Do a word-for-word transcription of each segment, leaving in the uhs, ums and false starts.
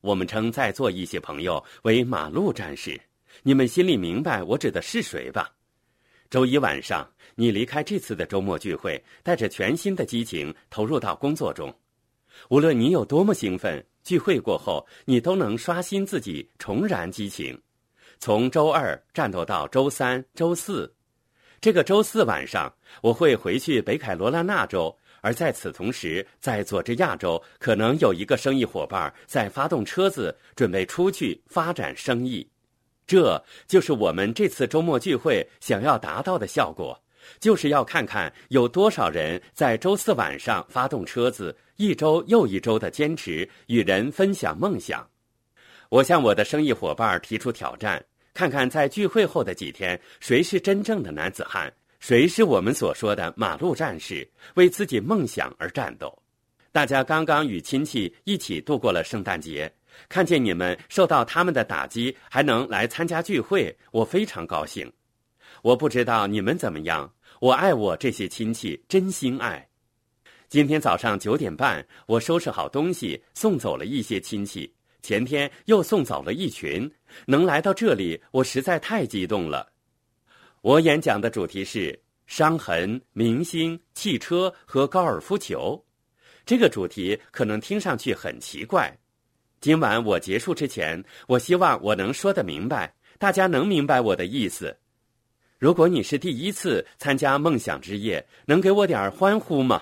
我们称在座一些朋友为马路战士，你们心里明白我指的是谁吧？周一晚上，你离开这次的周末聚会，带着全新的激情投入到工作中。无论你有多么兴奋，聚会过后，你都能刷新自己，重燃激情。从周二战斗到周三、周四。这个周四晚上，我会回去北凯罗来纳州，而在此同时，在佐治亚州可能有一个生意伙伴在发动车子，准备出去发展生意。这就是我们这次周末聚会想要达到的效果，就是要看看有多少人在周四晚上发动车子，一周又一周的坚持与人分享梦想。我向我的生意伙伴提出挑战，看看在聚会后的几天，谁是真正的男子汉，谁是我们所说的马路战士，为自己梦想而战斗。大家刚刚与亲戚一起度过了圣诞节，看见你们受到他们的打击还能来参加聚会，我非常高兴。我不知道你们怎么样，我爱我这些亲戚，真心爱。今天早上九点半，我收拾好东西，送走了一些亲戚，前天又送走了一群，能来到这里，我实在太激动了。我演讲的主题是伤痕、明星、汽车和高尔夫球。这个主题可能听上去很奇怪。今晚我结束之前，我希望我能说得明白，大家能明白我的意思。如果你是第一次参加梦想之夜，能给我点欢呼吗？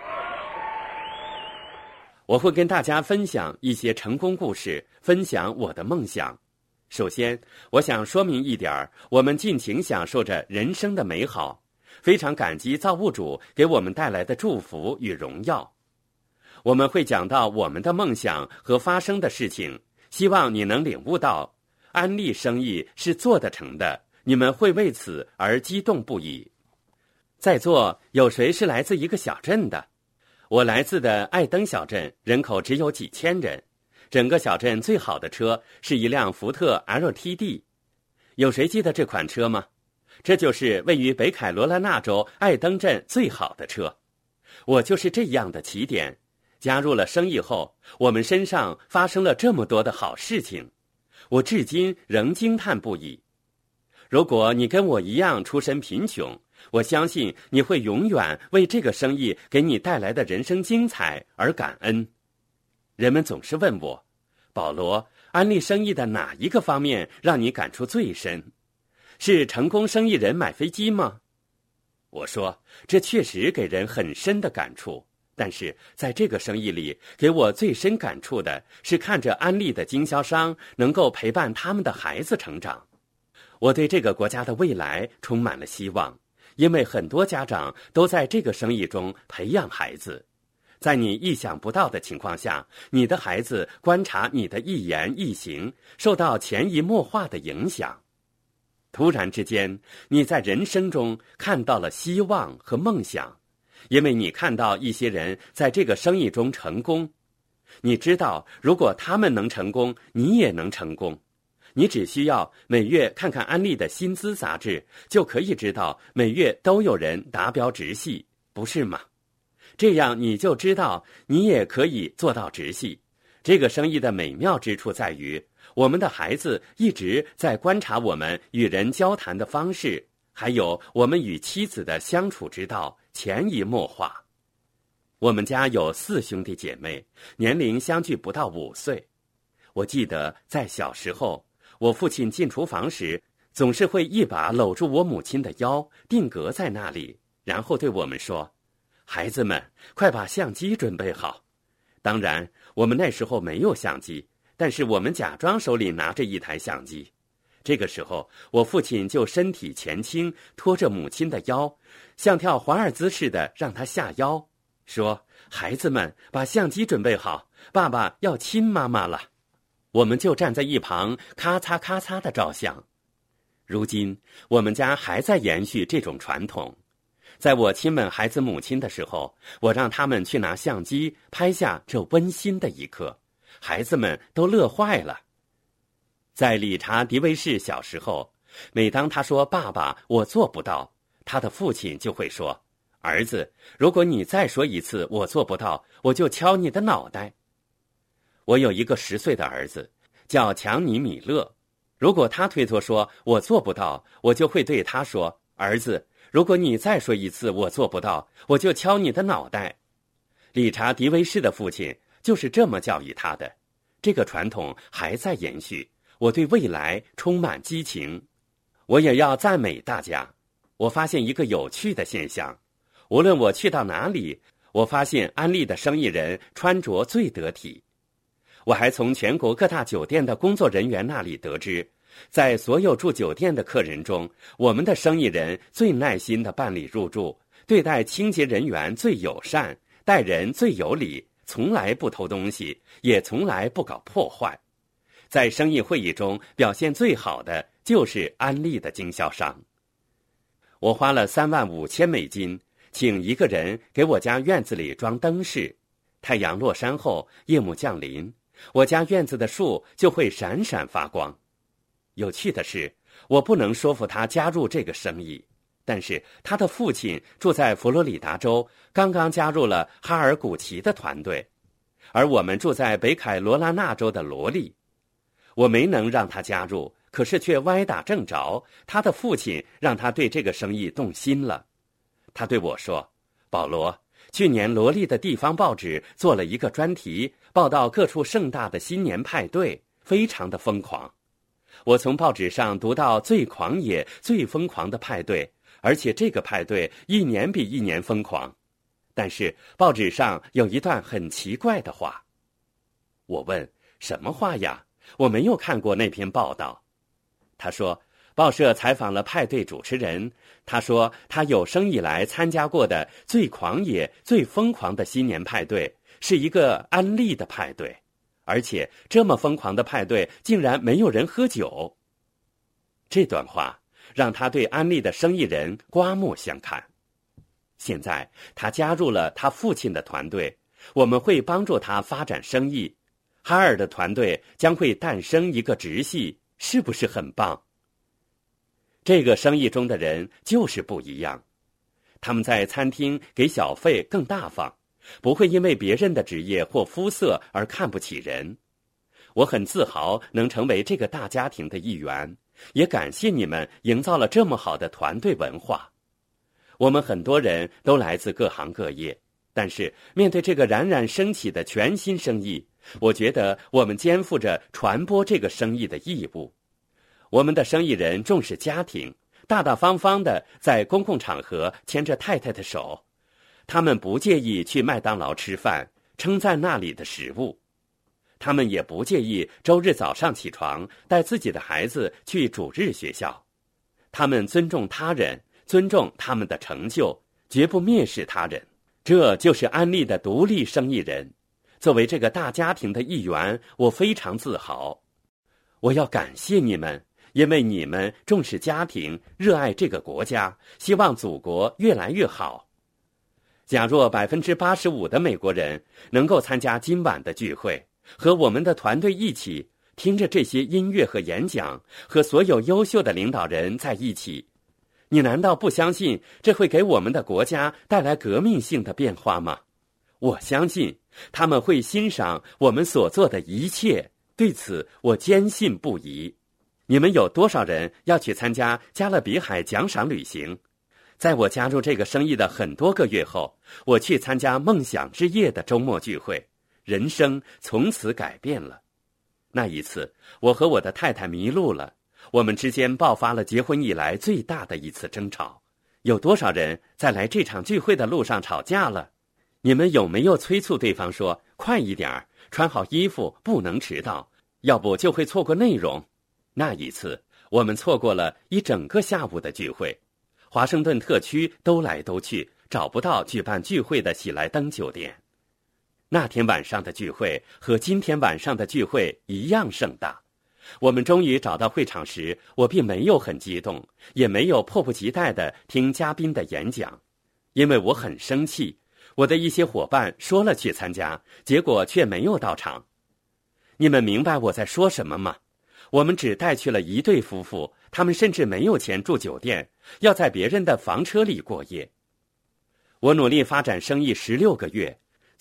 我会跟大家分享一些成功故事，分享我的梦想。首先，我想说明一点，我们尽情享受着人生的美好，非常感激造物主给我们带来的祝福与荣耀。我们会讲到我们的梦想和发生的事情，希望你能领悟到，安利生意是做得成的，你们会为此而激动不已。在座有谁是来自一个小镇的？我来自的艾登小镇，人口只有几千人。整个小镇最好的车是一辆福特 L T D。 有谁记得这款车吗？这就是位于北凯罗来纳州艾登镇最好的车。我就是这样的起点。加入了生意后，我们身上发生了这么多的好事情，我至今仍惊叹不已。如果你跟我一样出身贫穷，我相信你会永远为这个生意给你带来的人生精彩而感恩。人们总是问我，保罗，安利生意的哪一个方面让你感触最深？是成功生意人买飞机吗？我说，这确实给人很深的感触。但是在这个生意里，给我最深感触的是看着安利的经销商能够陪伴他们的孩子成长。我对这个国家的未来充满了希望，因为很多家长都在这个生意中培养孩子。在你意想不到的情况下，你的孩子观察你的一言一行，受到潜移默化的影响。突然之间，你在人生中看到了希望和梦想。因为你看到一些人在这个生意中成功，你知道如果他们能成功，你也能成功。你只需要每月看看安利的薪资杂志，就可以知道每月都有人达标直系，不是吗？这样你就知道你也可以做到直系。这个生意的美妙之处在于，我们的孩子一直在观察我们与人交谈的方式，还有我们与妻子的相处之道，潜移默化。我们家有四兄弟姐妹，年龄相距不到五岁。我记得在小时候，我父亲进厨房时，总是会一把搂住我母亲的腰，定格在那里，然后对我们说，孩子们，快把相机准备好。当然，我们那时候没有相机，但是我们假装手里拿着一台相机。这个时候，我父亲就身体前倾，拖着母亲的腰，像跳华尔兹似的让她下腰，说，孩子们，把相机准备好，爸爸要亲妈妈了。我们就站在一旁咔嚓咔嚓的照相。如今我们家还在延续这种传统。在我亲吻孩子母亲的时候，我让他们去拿相机拍下这温馨的一刻，孩子们都乐坏了。在理查·迪维士小时候，每当他说爸爸我做不到，他的父亲就会说，儿子，如果你再说一次我做不到，我就敲你的脑袋。 我有一个十岁的儿子，叫强尼米勒。如果他推脱说我做不到，我就会对他说：儿子，如果你再说一次我做不到，我就敲你的脑袋。理查·迪维士的父亲就是这么教育他的，这个传统还在延续。我对未来充满激情。我也要赞美大家，我发现一个有趣的现象，无论我去到哪里，我发现安利的生意人穿着最得体。我还从全国各大酒店的工作人员那里得知，在所有住酒店的客人中，我们的生意人最耐心地办理入住，对待清洁人员最友善，待人最有礼，从来不偷东西，也从来不搞破坏。在生意会议中表现最好的就是安利的经销商。我花了三万五千美金，请一个人给我家院子里装灯饰。太阳落山后，夜幕降临，我家院子的树就会闪闪发光。有趣的是，我不能说服他加入这个生意，但是他的父亲住在佛罗里达州，刚刚加入了哈尔古奇的团队，而我们住在北凯罗来纳州的罗利。我没能让他加入，可是却歪打正着，他的父亲让他对这个生意动心了。他对我说：保罗，去年罗利的地方报纸做了一个专题，报道各处盛大的新年派对，非常的疯狂。我从报纸上读到最狂野、最疯狂的派对，而且这个派对一年比一年疯狂。但是报纸上有一段很奇怪的话。我问：什么话呀？我没有看过那篇报道。他说，报社采访了派对主持人，他说他有生以来参加过的最狂野、最疯狂的新年派对是一个安利的派对，而且这么疯狂的派对竟然没有人喝酒。这段话让他对安利的生意人刮目相看。现在他加入了他父亲的团队，我们会帮助他发展生意。哈尔的团队将会诞生一个直系，是不是很棒？这个生意中的人就是不一样，他们在餐厅给小费更大方，不会因为别人的职业或肤色而看不起人。我很自豪能成为这个大家庭的一员，也感谢你们营造了这么好的团队文化。我们很多人都来自各行各业，但是面对这个冉冉升起的全新生意，我觉得我们肩负着传播这个生意的义务。我们的生意人重视家庭，大大方方地在公共场合牵着太太的手，他们不介意去麦当劳吃饭，称赞那里的食物。他们也不介意周日早上起床带自己的孩子去主日学校。他们尊重他人，尊重他们的成就，绝不蔑视他人。这就是安利的独立生意人。作为这个大家庭的一员，我非常自豪。我要感谢你们，因为你们重视家庭，热爱这个国家，希望祖国越来越好。假若百分之八十五的美国人能够参加今晚的聚会，和我们的团队一起听着这些音乐和演讲，和所有优秀的领导人在一起，你难道不相信这会给我们的国家带来革命性的变化吗？我相信他们会欣赏我们所做的一切，对此我坚信不疑。你们有多少人要去参加加勒比海奖赏旅行？在我加入这个生意的很多个月后，我去参加梦想之夜的周末聚会，人生从此改变了。那一次，我和我的太太迷路了，我们之间爆发了结婚以来最大的一次争吵。有多少人在来这场聚会的路上吵架了？你们有没有催促对方说快一点，穿好衣服，不能迟到，要不就会错过内容？那一次我们错过了一整个下午的聚会，华盛顿特区兜来兜去，找不到举办聚会的喜来登酒店。那天晚上的聚会和今天晚上的聚会一样盛大。我们终于找到会场时，我并没有很激动，也没有迫不及待地听嘉宾的演讲，因为我很生气。我的一些伙伴说了去参加，结果却没有到场。你们明白我在说什么吗？我们只带去了一对夫妇，他们甚至没有钱住酒店，要在别人的房车里过夜。我努力发展生意十六个月，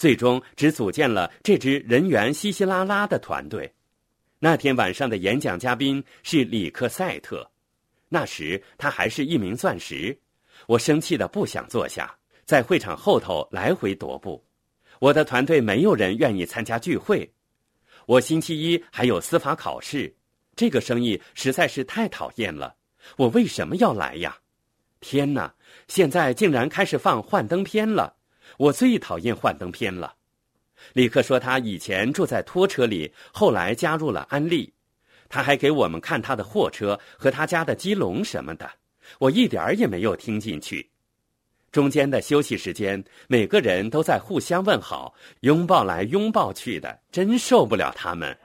最终只组建了这支人员稀稀拉拉的团队。那天晚上的演讲嘉宾是里克赛特，那时他还是一名钻石。我生气得不想坐下，在会场后头来回踱步。我的团队没有人愿意参加聚会。我星期一还有司法考试，这个生意实在是太讨厌了。我为什么要来呀？天哪，现在竟然开始放幻灯片了。我最讨厌幻灯片了。里克说他以前住在拖车里，后来加入了安利。他还给我们看他的货车和他家的鸡笼什么的，我一点儿也没有听进去。中间的休息时间，每个人都在互相问好，拥抱来拥抱去的，真受不了他们。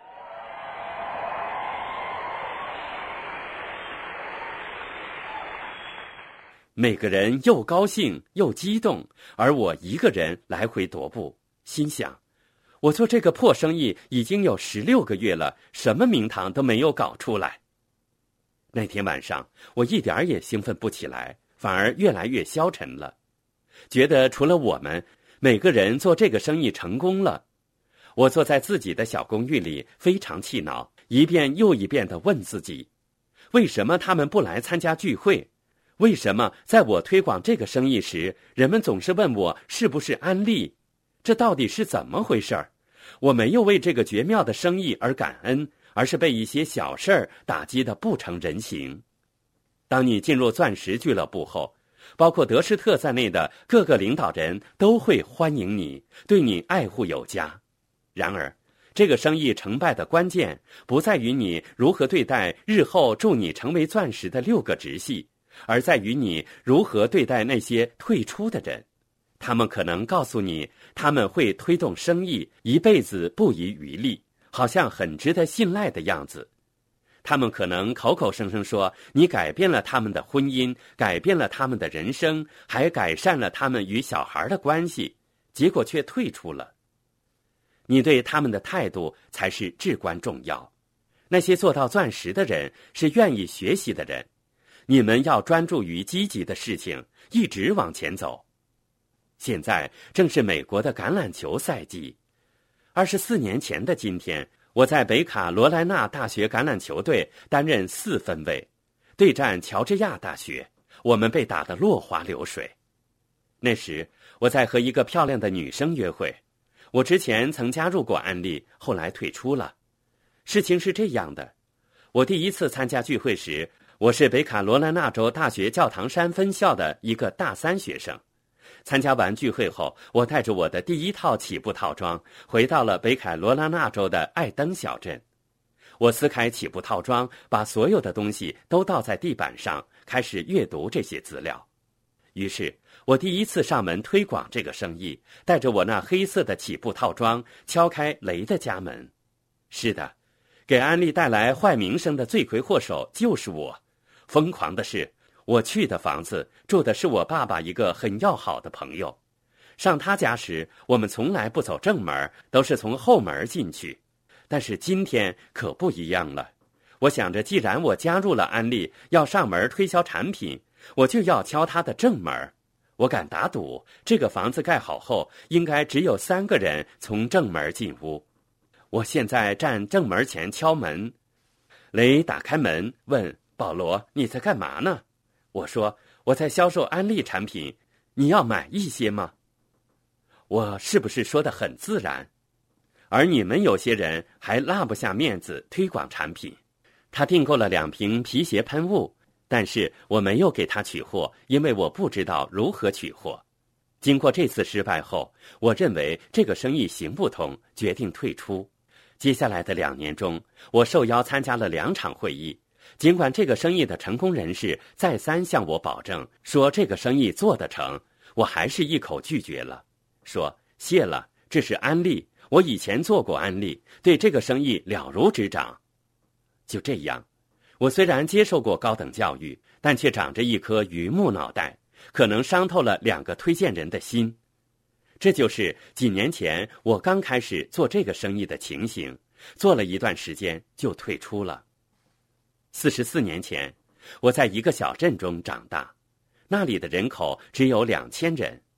每个人又高兴又激动，而我一个人来回踱步，心想，我做这个破生意已经有十六个月了，什么名堂都没有搞出来。那天晚上，我一点也兴奋不起来，反而越来越消沉了，觉得除了我们，每个人做这个生意成功了。我坐在自己的小公寓里，非常气恼，一遍又一遍地问自己，为什么他们不来参加聚会？为什么在我推广这个生意时，人们总是问我是不是安利？这到底是怎么回事儿？我没有为这个绝妙的生意而感恩，而是被一些小事儿打击得不成人形。当你进入钻石俱乐部后，包括德施特在内的各个领导人都会欢迎你，对你爱护有加。然而，这个生意成败的关键不在于你如何对待日后助你成为钻石的六个直系，而在于你如何对待那些退出的人。他们可能告诉你，他们会推动生意，一辈子不遗余力，好像很值得信赖的样子。他们可能口口声声说你改变了他们的婚姻，改变了他们的人生，还改善了他们与小孩的关系，结果却退出了。你对他们的态度才是至关重要。那些做到钻石的人是愿意学习的人，你们要专注于积极的事情，一直往前走。现在正是美国的橄榄球赛季。二十四年前的今天，我在北卡罗来纳大学橄榄球队担任四分卫，对战乔治亚大学，我们被打得落花流水。那时我在和一个漂亮的女生约会，我之前曾加入过安利，后来退出了。事情是这样的，我第一次参加聚会时，我是北卡罗来纳州大学教堂山分校的一个大三学生。参加完聚会后，我带着我的第一套起步套装回到了北卡罗来纳州的艾登小镇。我撕开起步套装，把所有的东西都倒在地板上，开始阅读这些资料。于是我第一次上门推广这个生意，带着我那黑色的起步套装敲开雷的家门。是的，给安利带来坏名声的罪魁祸首就是我。疯狂的是，我去的房子住的是我爸爸一个很要好的朋友。上他家时，我们从来不走正门，都是从后门进去。但是今天可不一样了。我想着，既然我加入了安利，要上门推销产品，我就要敲他的正门。我敢打赌，这个房子盖好后，应该只有三个人从正门进屋。我现在站正门前敲门，雷打开门问：保罗，你在干嘛呢？我说：我在销售安利产品，你要买一些吗？我是不是说得很自然？而你们有些人还拉不下面子推广产品。他订购了两瓶皮鞋喷雾，但是我没有给他取货，因为我不知道如何取货。经过这次失败后，我认为这个生意行不通，决定退出。接下来的两年中，我受邀参加了两场会议。尽管这个生意的成功人士再三向我保证说这个生意做得成，我还是一口拒绝了，说谢了，这是安利，我以前做过安利，对这个生意了如指掌。就这样，我虽然接受过高等教育，但却长着一颗榆木脑袋，可能伤透了两个推荐人的心。这就是几年前我刚开始做这个生意的情形，做了一段时间就退出了。四十四年前，我在一个小镇中长大，那里的人口只有两千人。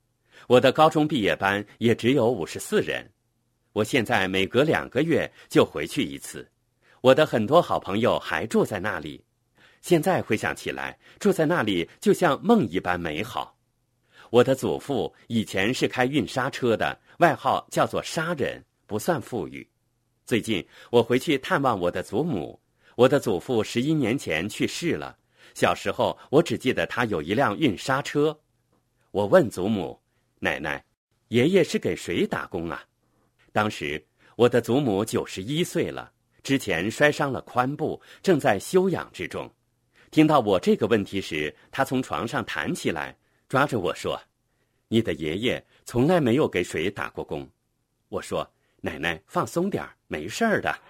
我的高中毕业班也只有五十四人。我现在每隔两个月就回去一次，我的很多好朋友还住在那里。现在回想起来，住在那里就像梦一般美好。我的祖父以前是开运沙车的，外号叫做沙人，不算富裕。最近我回去探望我的祖母，我的祖父十一年前去世了。小时候我只记得他有一辆运沙车。我问祖母，奶奶，爷爷是给谁打工啊？当时我的祖母九十一岁了，之前摔伤了髋部，正在休养之中。听到我这个问题时，他从床上弹起来，抓着我说，你的爷爷从来没有给谁打过工。我说，奶奶放松点，没事儿的。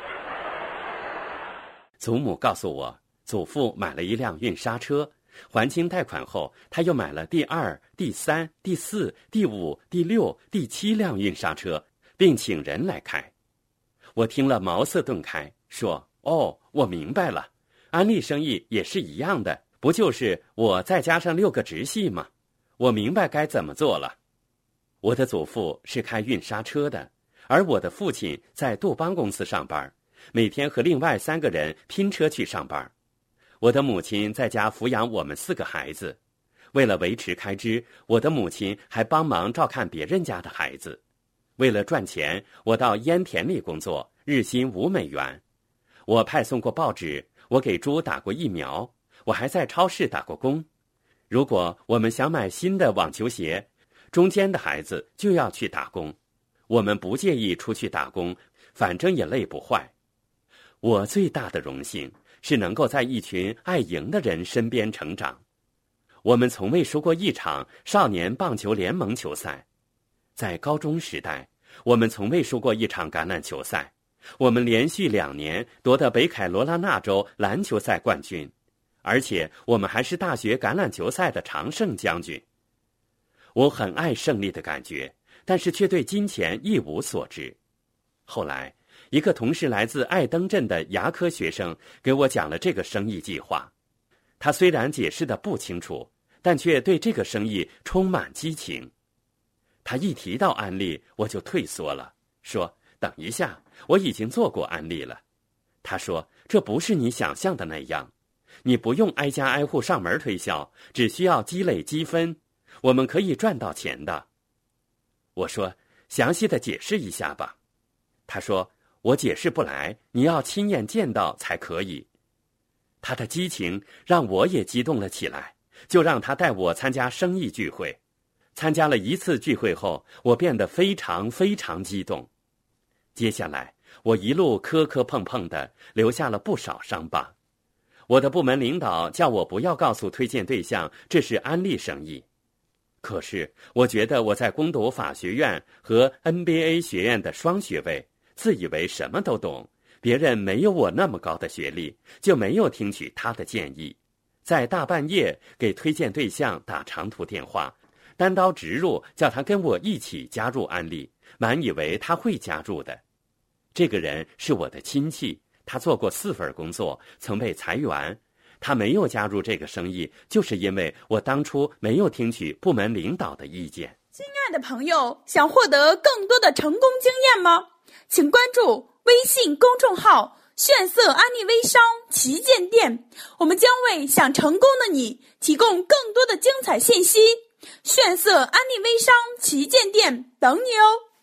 祖母告诉我，祖父买了一辆运沙车，还清贷款后，他又买了第二、第三、第四、第五、第六、第七辆运沙车，并请人来开。我听了茅塞顿开，说，哦，我明白了，安利生意也是一样的，不就是我再加上六个直系吗？我明白该怎么做了。我的祖父是开运沙车的，而我的父亲在杜邦公司上班，每天和另外三个人拼车去上班。我的母亲在家抚养我们四个孩子，为了维持开支，我的母亲还帮忙照看别人家的孩子。为了赚钱，我到烟田里工作，日薪五美元。我派送过报纸，我给猪打过疫苗，我还在超市打过工。如果我们想买新的网球鞋，中间的孩子就要去打工。我们不介意出去打工，反正也累不坏。我最大的荣幸是能够在一群爱赢的人身边成长。我们从未输过一场少年棒球联盟球赛。在高中时代，我们从未输过一场橄榄球赛。我们连续两年夺得北凯罗来纳州篮球赛冠军，而且我们还是大学橄榄球赛的常胜将军。我很爱胜利的感觉，但是却对金钱一无所知。后来，一个同是来自爱登镇的牙科学生给我讲了这个生意计划。他虽然解释得不清楚，但却对这个生意充满激情。他一提到安利，我就退缩了，说，等一下，我已经做过安利了。他说，这不是你想象的那样，你不用挨家挨户上门推销，只需要积累积分，我们可以赚到钱的。我说，详细的解释一下吧。他说，我解释不来，你要亲眼见到才可以。他的激情让我也激动了起来，就让他带我参加生意聚会。参加了一次聚会后，我变得非常非常激动。接下来，我一路磕磕碰碰的，留下了不少伤疤。我的部门领导叫我不要告诉推荐对象这是安利生意。可是，我觉得我在攻读法学院和 N B A 学院的双学位，自以为什么都懂，别人没有我那么高的学历，就没有听取他的建议，在大半夜给推荐对象打长途电话，单刀直入叫他跟我一起加入安利，满以为他会加入的。这个人是我的亲戚，他做过四份工作，曾被裁员。他没有加入这个生意，就是因为我当初没有听取部门领导的意见。 亲爱的朋友，想获得更多的成功经验吗？请关注微信公众号炫色安利微商旗舰店，我们将为想成功的你提供更多的精彩信息。炫色安利微商旗舰店等你哦。